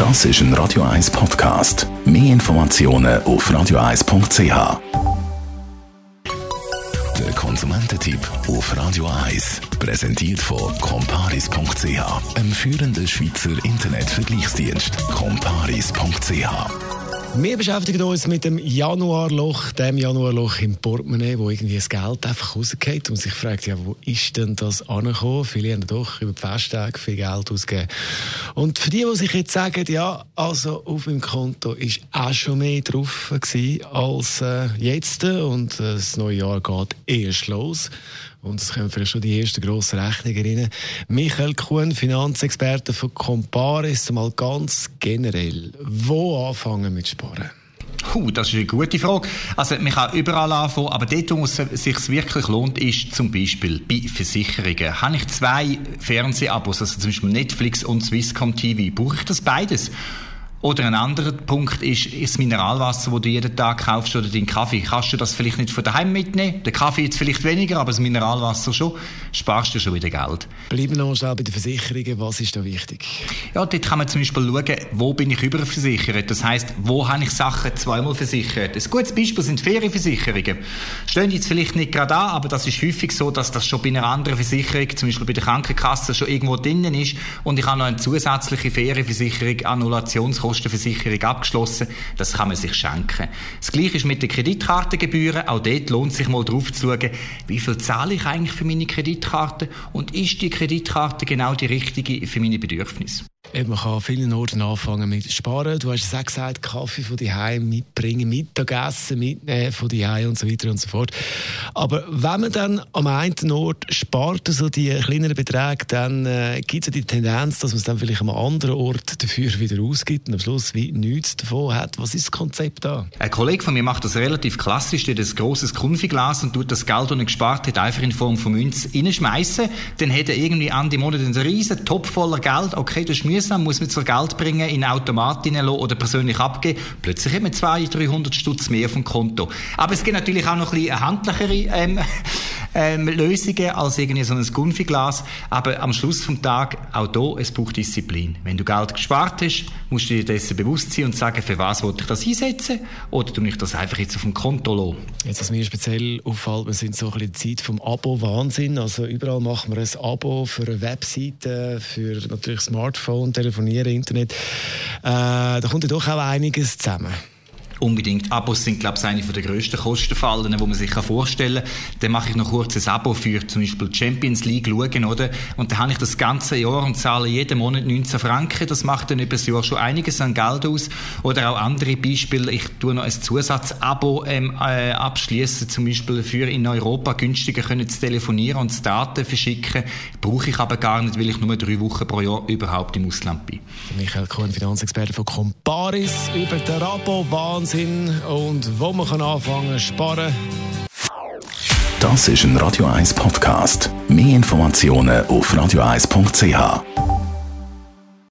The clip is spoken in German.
Das ist ein Radio 1 Podcast. Mehr Informationen auf radio1.ch. Der Konsumententipp auf Radio 1. Präsentiert von comparis.ch, einem führenden Schweizer Internetvergleichsdienst. comparis.ch. Wir beschäftigen uns mit dem Januarloch im Portemonnaie, wo irgendwie das Geld einfach rausgeht und sich fragt, ja, wo ist denn das angekommen? Viele haben doch über die Festtage viel Geld ausgegeben. Und für die sich jetzt sagen, ja, also auf meinem Konto ist auch schon mehr drauf gewesen als jetzt und das neue Jahr geht erst los. Und es kommen vielleicht schon die ersten grossen Rechnungen rein. Michael Kuhn, Finanzexperte von Comparis, mal ganz generell. Wo anfangen mit Sparen? Das ist eine gute Frage. Also, man kann überall anfangen, aber dort, wo es sich wirklich lohnt, ist zum Beispiel bei Versicherungen. Habe ich 2 Fernsehabos, also zum Beispiel Netflix und Swisscom TV, brauche ich das beides? Oder ein anderer Punkt ist das Mineralwasser, das du jeden Tag kaufst, oder deinen Kaffee. Kannst du das vielleicht nicht von daheim mitnehmen? Der Kaffee jetzt vielleicht weniger, aber das Mineralwasser schon. Sparst du schon wieder Geld. Bleiben wir noch schnell bei den Versicherungen. Was ist da wichtig? Ja, dort kann man zum Beispiel schauen, wo bin ich überversichert. Das heisst, wo habe ich Sachen zweimal versichert. Ein gutes Beispiel sind Ferienversicherungen. Stehen jetzt vielleicht nicht gerade an, aber das ist häufig so, dass das schon bei einer anderen Versicherung, zum Beispiel bei der Krankenkasse, schon irgendwo drinnen ist. Und ich habe noch eine zusätzliche Ferienversicherung, Annullationskostenversicherung abgeschlossen. Das kann man sich schenken. Das Gleiche ist mit den Kreditkartengebühren. Auch dort lohnt sich mal drauf zu schauen, wie viel zahle ich eigentlich für meine Kreditkarte und ist die Kreditkarte genau die richtige für meine Bedürfnisse? Man kann an vielen Orten anfangen mit Sparen. Du hast es auch gesagt, Kaffee von daheim mitbringen, Mittagessen mitnehmen von daheim und so weiter und so fort. Aber wenn man dann am einen Ort spart, so die kleineren Beträge, dann gibt es ja die Tendenz, dass man es dann vielleicht am anderen Ort dafür wieder ausgibt und am Schluss wie nichts davon hat. Was ist das Konzept da? Ein Kollege von mir macht das relativ klassisch, der hat ein grosses Konfiglas und tut das Geld, das er gespart hat, einfach in Form von Münzen reinschmeißen. Dann hat er irgendwie Ende Monat einen riesen Topf voller Geld. Okay, das ist mühsam, muss man zur Geld bringen, in einen Automat hineinlassen oder persönlich abgeben. Plötzlich hat man 200-300 Stutz mehr auf dem Konto. Aber es gibt natürlich auch noch ein bisschen handlichere Lösungen als irgendwie so ein Gunfiglas. Aber am Schluss vom Tag, auch hier, es braucht Disziplin. Wenn du Geld gespart hast, musst du dir dessen bewusst sein und sagen, für was wollte ich das einsetzen? Oder tue ich das einfach jetzt auf dem Konto lassen? Jetzt, was mir speziell auffällt, wir sind so ein bisschen die Zeit vom Abo-Wahnsinn. Also überall machen wir ein Abo für eine Webseite, für natürlich Smartphone, Telefonieren, Internet. Da kommt ja doch auch einiges zusammen. Unbedingt. Abos sind, glaube ich, eine der grössten Kostenfallen, die man sich vorstellen kann. Dann mache ich noch kurz ein Abo für zum Beispiel die Champions League schauen, oder? Und dann habe ich das ganze Jahr und zahle jeden Monat 19 Franken. Das macht dann über das Jahr schon einiges an Geld aus. Oder auch andere Beispiele. Ich tue noch ein Zusatzabo abschließen, zum Beispiel für in Europa günstiger können zu telefonieren und zu Daten verschicken. Brauche ich aber gar nicht, weil ich nur 3 Wochen pro Jahr überhaupt im Ausland bin. Michael Kuhn, Finanzexperte von Comparis, über den Abo-Wahnsinn und wo man anfangen kann sparen. Das ist ein Radio 1 Podcast. Mehr Informationen auf radio1.ch.